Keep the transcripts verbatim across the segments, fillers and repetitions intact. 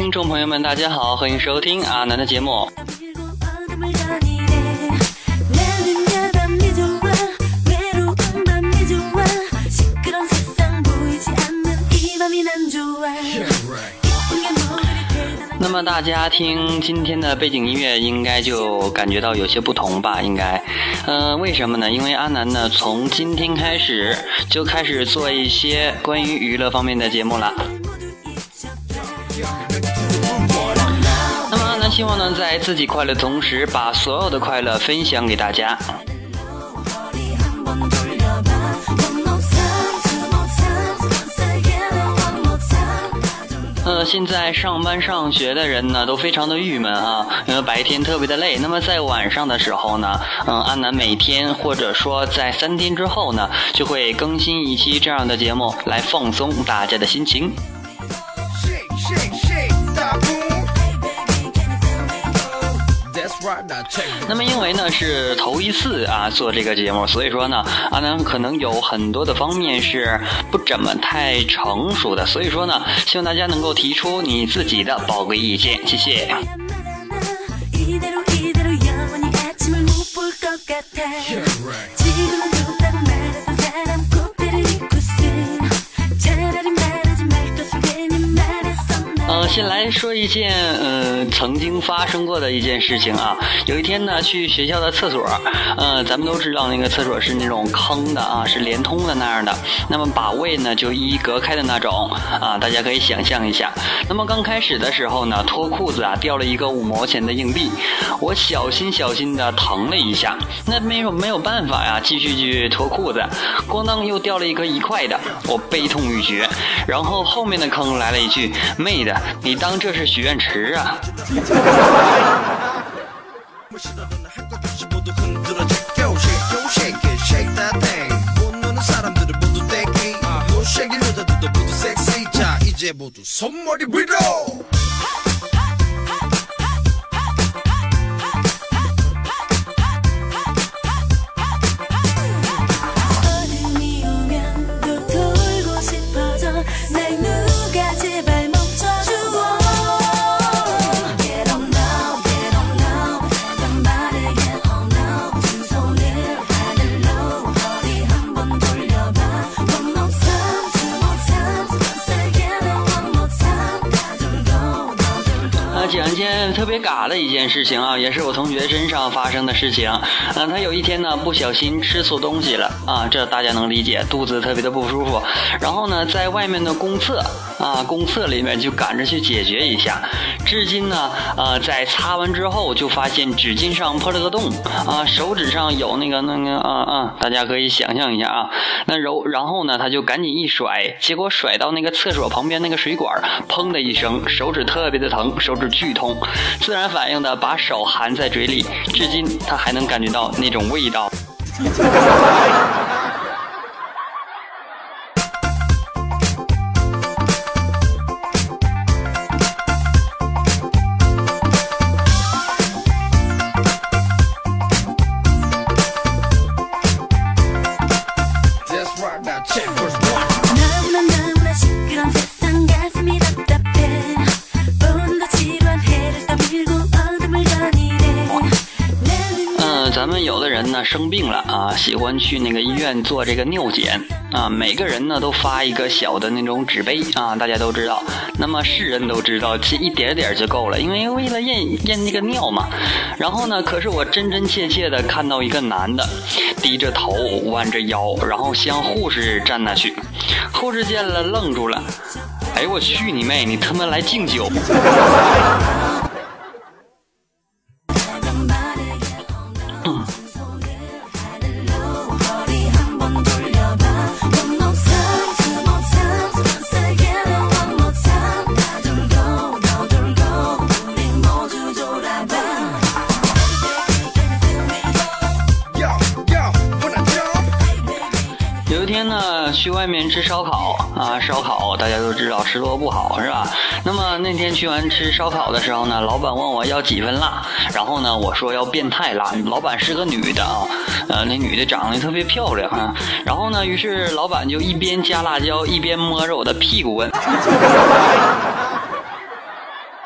听众朋友们，大家好，欢迎收听阿南的节目。那么大家听今天的背景音乐应该就感觉到有些不同吧，应该呃，为什么呢？因为阿南呢从今天开始就开始做一些关于娱乐方面的节目了。那么阿南希望呢在自己快乐的同时把所有的快乐分享给大家。呃，现在上班上学的人呢都非常的郁闷啊，因为白天特别的累。那么在晚上的时候呢，嗯，阿南每天或者说在三天之后呢，就会更新一期这样的节目来放松大家的心情。那么因为呢是头一次啊做这个节目，所以说呢阿南可能有很多的方面是不怎么太成熟的，所以说呢希望大家能够提出你自己的宝贵意见，谢谢。呃，先来说一件呃曾经发生过的一件事情啊。有一天呢，去学校的厕所，呃，咱们都知道那个厕所是那种坑的啊，是连通的那样的。那么把位呢就一一隔开的那种啊，大家可以想象一下。那么刚开始的时候呢，脱裤子啊掉了一个五毛钱的硬币，我小心小心的腾了一下，那没有没有办法呀，继续去脱裤子，咣当又掉了一个一块的，我悲痛欲绝。然后后面的坑来了一句：“妹的，你当这是许愿池啊？”讲一件特别嘎的一件事情啊，也是我同学身上发生的事情。嗯、呃，他有一天呢不小心吃错东西了啊，这大家能理解，肚子特别的不舒服。然后呢，在外面的公厕啊，公厕里面就赶着去解决一下。至今呢，呃，在擦完之后就发现纸巾上破了个洞啊，手指上有那个那个啊啊，大家可以想象一下啊。那揉，然后呢，他就赶紧一甩，结果甩到那个厕所旁边那个水管，砰的一声，手指特别的疼，手指剧痛，自然反应的把手含在嘴里，至今他还能感觉到那种味道。咱们有的人呢生病了啊，喜欢去那个医院做这个尿检啊，每个人呢都发一个小的那种纸杯啊，大家都知道。那么世人都知道，其实一点点就够了，因为为了验验那个尿嘛。然后呢，可是我真真切切的看到一个男的低着头弯着腰，然后向护士站那去。护士见了愣住了，哎呦我去你妹，你他妈来敬酒！有一天呢，去外面吃烧烤啊，烧烤大家都知道吃多不好是吧？那么那天去完吃烧烤的时候呢，老板问我要几分辣，然后呢我说要变态辣。老板是个女的啊，呃那女的长得特别漂亮啊。然后呢，于是老板就一边加辣椒一边摸着我的屁股问。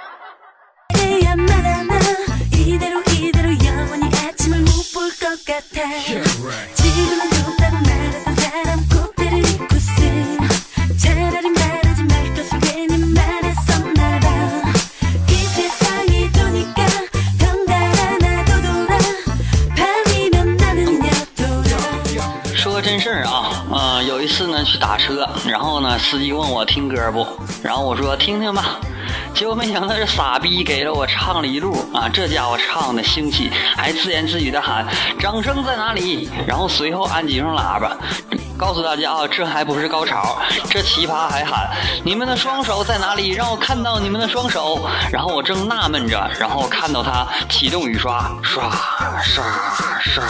真事儿啊，呃，有一次呢去打车，然后呢司机问我听歌不，然后我说听听吧，结果没想到这傻逼给了我唱了一路啊，这家伙唱的兴起，还自言自语的喊掌声在哪里，然后随后按几声喇叭，告诉大家啊，这还不是高潮，这奇葩还喊你们的双手在哪里，让我看到你们的双手，然后我正纳闷着，然后看到他启动雨刷，刷刷刷。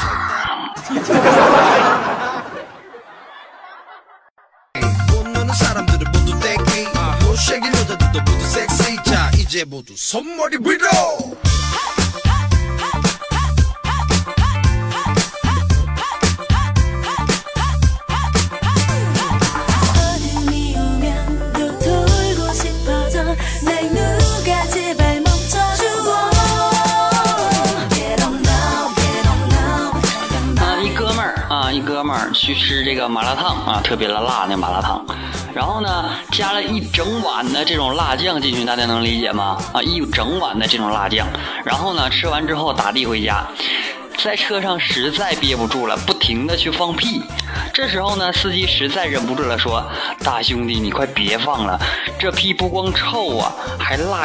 一哥们儿去吃这个麻辣烫啊，特别的辣那麻辣烫，然后呢加了一整碗的这种辣酱进去，大家能理解吗？啊，一整碗的这种辣酱，然后呢吃完之后打的回家，在车上实在憋不住了，不停的去放屁。这时候呢司机实在忍不住了，说大兄弟你快别放了，这屁不光臭啊还辣。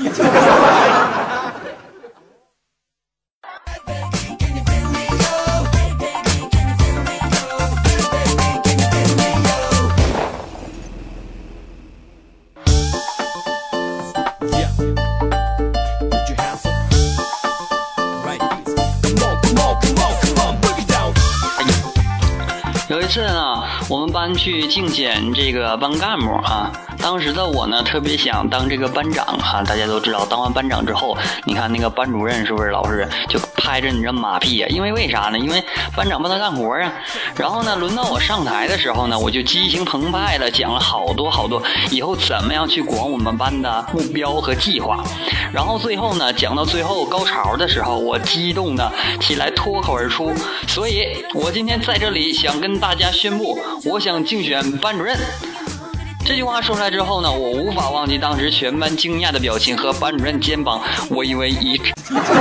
有一次呢，我们班去竞选这个班干部啊，当时的我呢特别想当这个班长啊。大家都知道，当完班长之后，你看那个班主任是不是老是就拍着你这马屁啊？因为为啥呢？因为班长帮他干活啊。然后呢，轮到我上台的时候呢，我就激情澎湃的讲了好多好多以后怎么样去管我们班的目标和计划。然后最后呢，讲到最后高潮的时候，我激动的起来脱口而出，所以我今天在这里想跟大家宣布，我想竞选班主任。这句话说出来之后呢，我无法忘记当时全班惊讶的表情和班主任肩膀微微一致。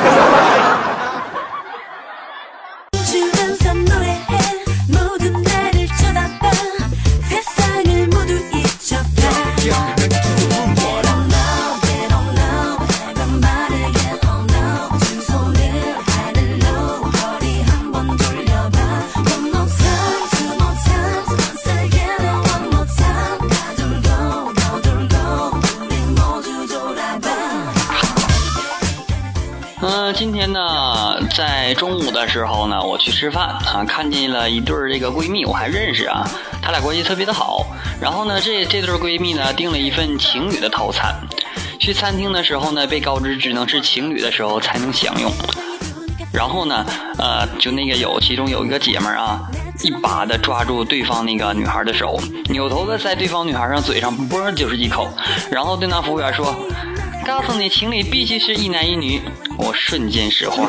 嗯，今天呢，在中午的时候呢，我去吃饭啊，看见了一对这个闺蜜，我还认识啊，她俩关系特别的好。然后呢，这这对闺蜜呢订了一份情侣的套餐，去餐厅的时候呢，被告知只能是情侣的时候才能享用。然后呢，呃，就那个有其中有一个姐们儿啊，一把的抓住对方那个女孩的手，扭头的在对方女孩上嘴上啵就是一口，然后对那服务员说，告诉你情侣必须是一男一女。我瞬间石化。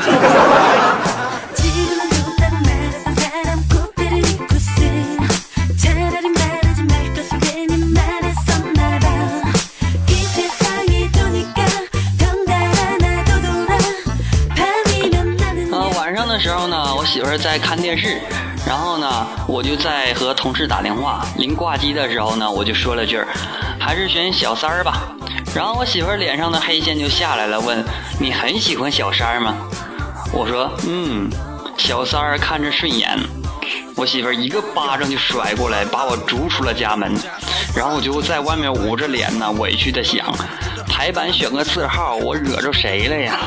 晚上的时候呢，我媳妇儿在看电视，然后呢我就在和同事打电话，临挂机的时候呢，我就说了句还是选小三儿吧。然后我媳妇儿脸上的黑线就下来了，问你很喜欢小三儿吗？我说嗯，小三儿看着顺眼。我媳妇儿一个巴掌就甩过来，把我逐出了家门。然后我就在外面捂着脸呢，委屈的想，排版选个字号，我惹着谁了呀？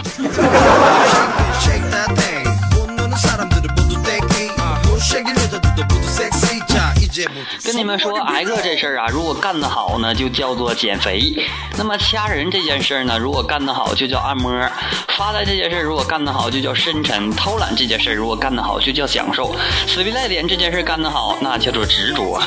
跟你们说挨个这事儿啊，如果干得好呢，就叫做减肥；那么掐人这件事儿呢，如果干得好就叫按摩；发呆这件事儿如果干得好就叫深沉；偷懒这件事儿如果干得好就叫享受；死皮赖脸这件事干得好，那叫做执着。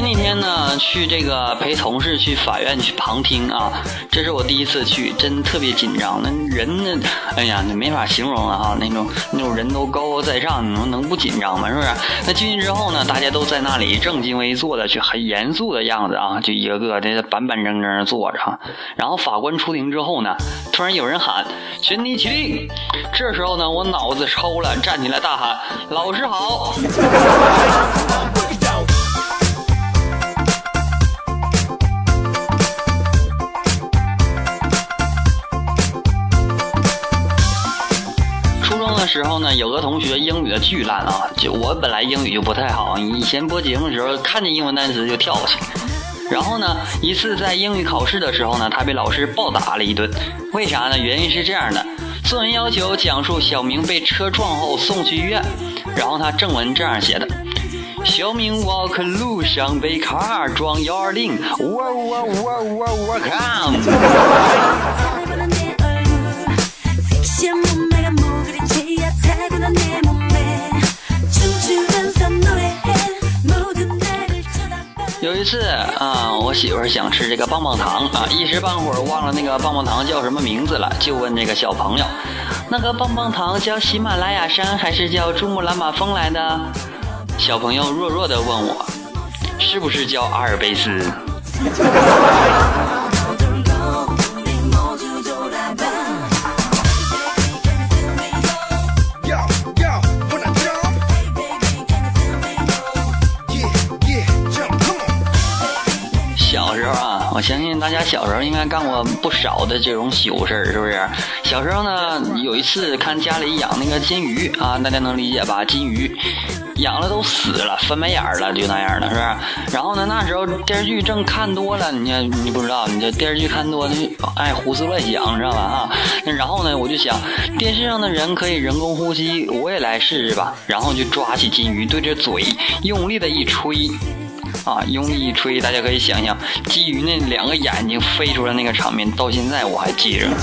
那天呢，去这个陪同事去法院去旁听啊，这是我第一次去，真特别紧张。那人呢，哎呀，你没法形容了哈，那种那种人都高高在上，你能能不紧张吗？是不是？那进去之后呢，大家都在那里正襟危坐的，去很严肃的样子啊，就一个个的板板正正的坐着啊。然后法官出庭之后呢，突然有人喊全体起立。这时候呢，我脑子抽了，站起来大喊：“老师好！”初中的时候呢，有个同学英语的巨烂啊，就我本来英语就不太好，以前播节目的时候看见英文单词就跳过去。然后呢，一次在英语考试的时候呢，他被老师暴打了一顿。为啥呢？原因是这样的。作文要求讲述小明被车撞后送去医院，然后他正文这样写的：小明 walk 路上被 car 撞幺二零，我我我我我看。有一次啊，我媳妇儿想吃这个棒棒糖啊，一时半会儿忘了那个棒棒糖叫什么名字了，就问这个小朋友，那个棒棒糖叫喜马拉雅山还是叫珠穆朗玛峰来的？小朋友弱弱地问我，是不是叫阿尔卑斯？小时候啊，我相信大家小时候应该干过不少的这种糗事，是不是？小时候呢，有一次看家里养那个金鱼啊，大家能理解吧？金鱼养了都死了，翻白眼了，就那样的，是不是？然后呢，那时候电视剧正看多了，你你不知道，你这电视剧看多了，爱胡思乱想，知道吧？啊，然后呢，我就想，电视上的人可以人工呼吸，我也来试试吧。然后就抓起金鱼，对着嘴用力的一吹。啊，用力一吹，大家可以想象基于那两个眼睛飞出来那个场面，到现在我还记着。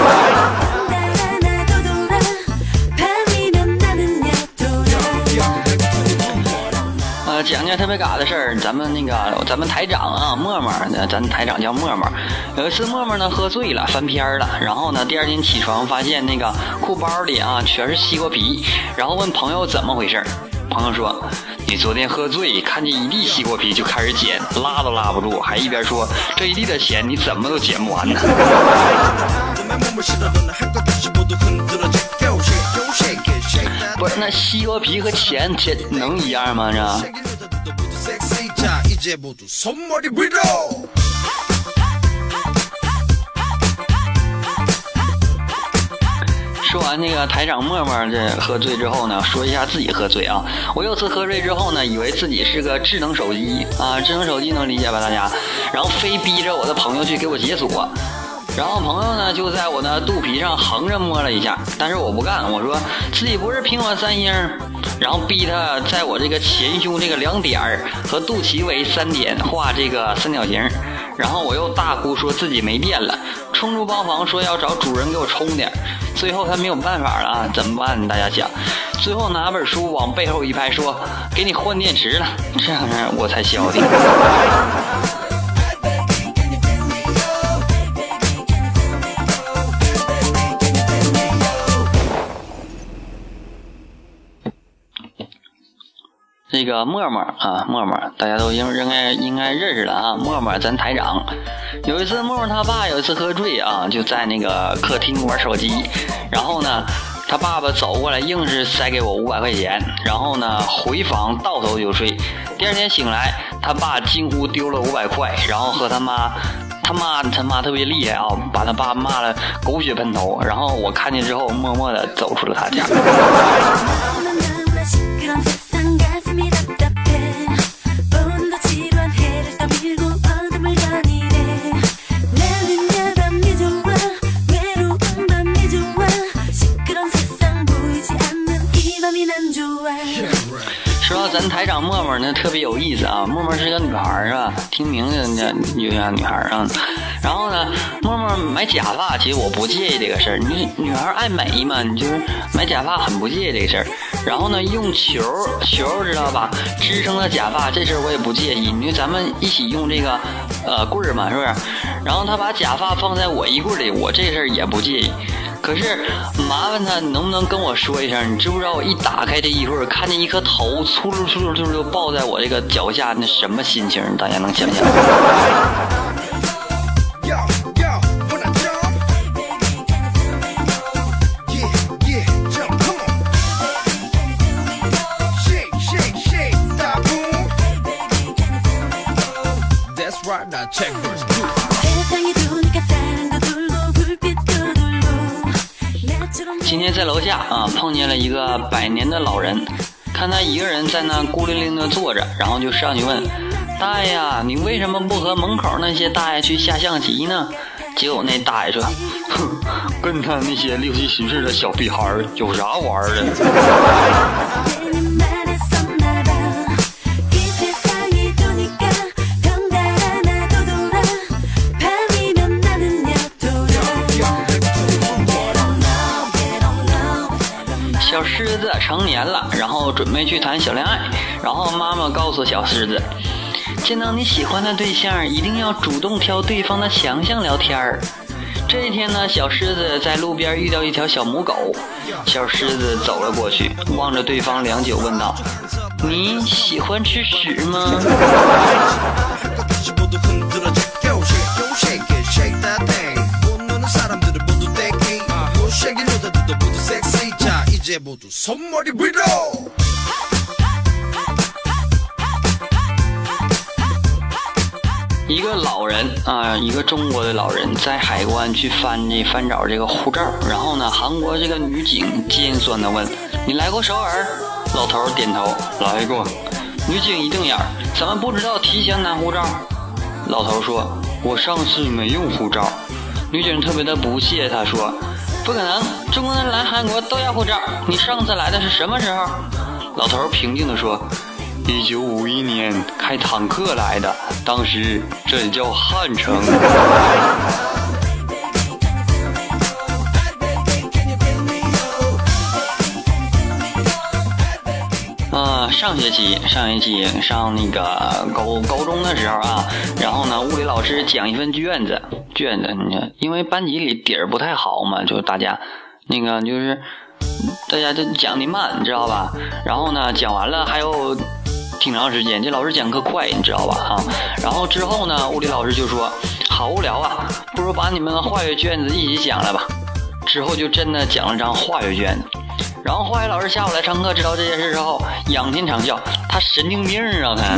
呃，讲件特别嘎的事儿，咱们那个咱们台长啊，默默，咱台长叫默默。有一次默默呢喝醉了，翻篇了，然后呢第二天起床发现那个裤包里啊全是西瓜皮，然后问朋友怎么回事，朋友说。你昨天喝醉，看见一地西瓜皮就开始捡，拉都拉不住，还一边说这一地的钱你怎么都捡不完呢？不是，那西瓜皮和钱这能一样吗？这？说完那个台长默默这喝醉之后呢，说一下自己喝醉啊。我有次喝醉之后呢，以为自己是个智能手机啊，智能手机能理解吧大家？然后非逼着我的朋友去给我解锁，然后朋友呢就在我的肚皮上横着摸了一下，但是我不干，我说自己不是苹果三星，然后逼他在我这个前胸这个两点和肚脐围三点画这个三角形。然后我又大哭说自己没电了，冲出包房说要找主人给我充点。最后他没有办法了啊，怎么办？大家想，最后拿本书往背后一拍，说给你换电池了，这样我才消停。这个默默啊，默默大家都应应该应该认识了啊，默默咱台长。有一次默默他爸有一次喝醉啊，就在那个客厅玩手机，然后呢他爸爸走过来硬是塞给我五百块钱，然后呢回房倒头就睡。第二天醒来，他爸惊呼丢了五百块，然后和他妈他妈他妈特别厉害啊，把他爸骂了狗血喷头。然后我看见之后默默的走出了他家。说到咱台长默默呢，特别有意思啊。默默是个女孩是吧？听名字呢就像女孩啊。然后呢，默默买假发，其实我不介意这个事儿。你女孩爱美嘛，你就是买假发很不介意这个事儿。 然后呢用球球知道吧，支撑了假发，这事儿我也不介意，因为咱们一起用这个呃棍儿嘛，是不是？然后他把假发放在我衣柜里，我这事儿也不介意。可是麻烦他能不能跟我说一声，你知不知道我一打开这衣柜，看见一颗头粗噜粗噜粗噜抱在我这个脚下，那什么心情？大家能想象？今天在楼下啊，碰见了一个百年的老人，看他一个人在那孤零零的坐着，然后就上去问大爷呀，你为什么不和门口那些大爷去下象棋呢？结果那大爷说，哼，跟他那些六七十岁的小屁孩有啥玩的？小狮子成年了，然后准备去谈小恋爱，然后妈妈告诉小狮子，见到你喜欢的对象一定要主动挑对方的强项聊天儿。这一天呢，小狮子在路边遇到一条小母狗，小狮子走了过去，望着对方良久，问道，你喜欢吃屎吗？一个老人啊，一个中国的老人在海关去翻这翻找这个护照，然后呢，韩国这个女警尖酸的问，你来过首尔？老头点头，来过。女警一瞪眼，怎么不知道提前拿护照？老头说，我上次没用护照。女警特别的不屑，他说，不可能，中国人来韩国都要护照，你上次来的是什么时候？老头平静地说，一九五一年开坦克来的，当时这里叫汉城。啊，上学期上学期上那个高高中的时候啊，然后呢，物理老师讲一份卷子，卷子，你看，因为班级里底儿不太好嘛，就大家那个就是大家就讲的慢，你知道吧？然后呢，讲完了还有挺长时间，这老师讲课快，你知道吧？啊，然后之后呢，物理老师就说，好无聊啊，不如把你们的化学卷子一起讲了吧。之后就真的讲了张化学卷子。然后化学老师下午来上课，知道这件事之后，仰天长啸，他神经病啊他。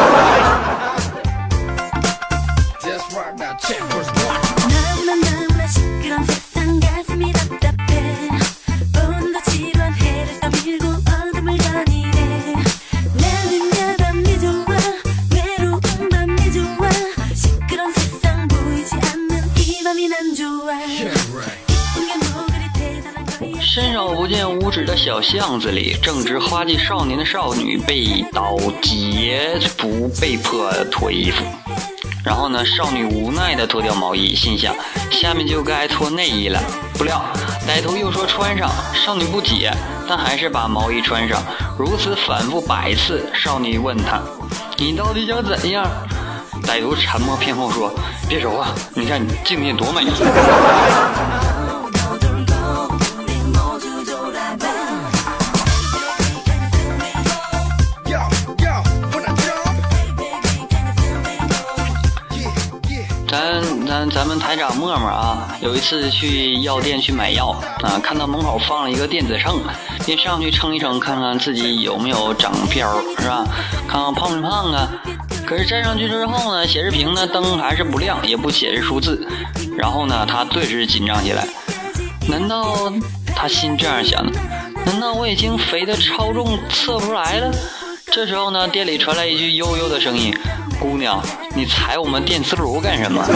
伸手不见五指的小巷子里，正值花季少年的少女被刀劫不被迫脱衣服。然后呢，少女无奈地脱掉毛衣，心想下面就该脱内衣了。不料歹徒又说穿上，少女不解，但还是把毛衣穿上。如此反复百次，少女问他，你到底想怎样？歹徒沉默片后说，别说话，你看你镜片多美。咱咱咱们台长默默啊，有一次去药店去买药啊，看到门口放了一个电子秤，便上去称一称，看看自己有没有长膘，是吧？看看胖不胖啊。可是站上去之后呢，显示屏呢灯还是不亮，也不显示数字。然后呢，他顿时紧张起来。难道他心这样想的？难道我已经肥得超重测不出来了？这时候呢，店里传来一句悠悠的声音：“姑娘，你踩我们电磁炉干什么？”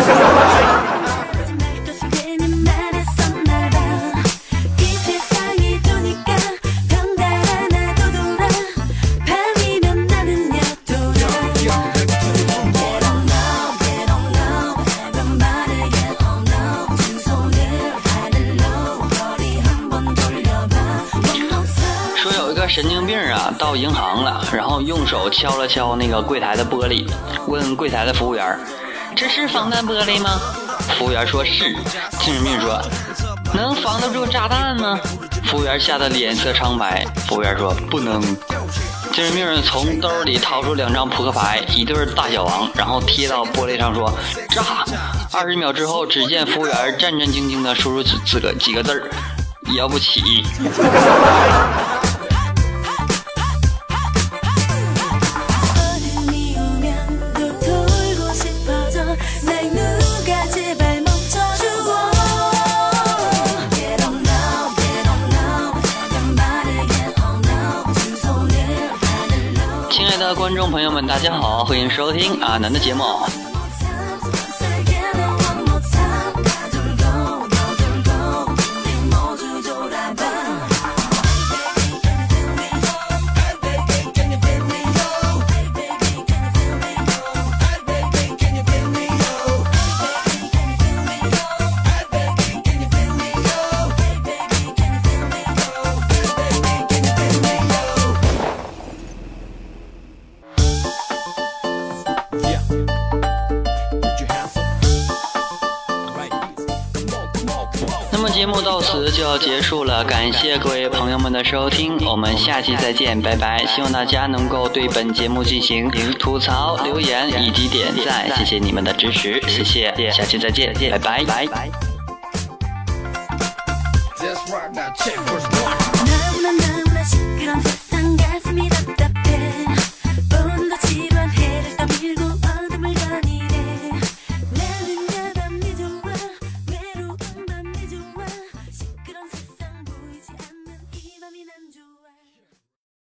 神经病啊到银行了，然后用手敲了敲那个柜台的玻璃，问柜台的服务员，这是防弹玻璃吗？服务员说是。精神病说，能防得住炸弹吗？服务员吓得脸色苍白。服务员说不能。精神病从兜里掏出两张扑克牌，一对大小王，然后贴到玻璃上说炸。二十秒之后，只见服务员战战兢兢地输入几个几个字儿，要不起。观众朋友们大家好，欢迎收听阿南的节目。那么节目到此就要结束了，感谢各位朋友们的收听，我们下期再见，拜拜。希望大家能够对本节目进行吐槽、留言以及点赞，谢谢你们的支持，谢谢，下期再见，拜拜。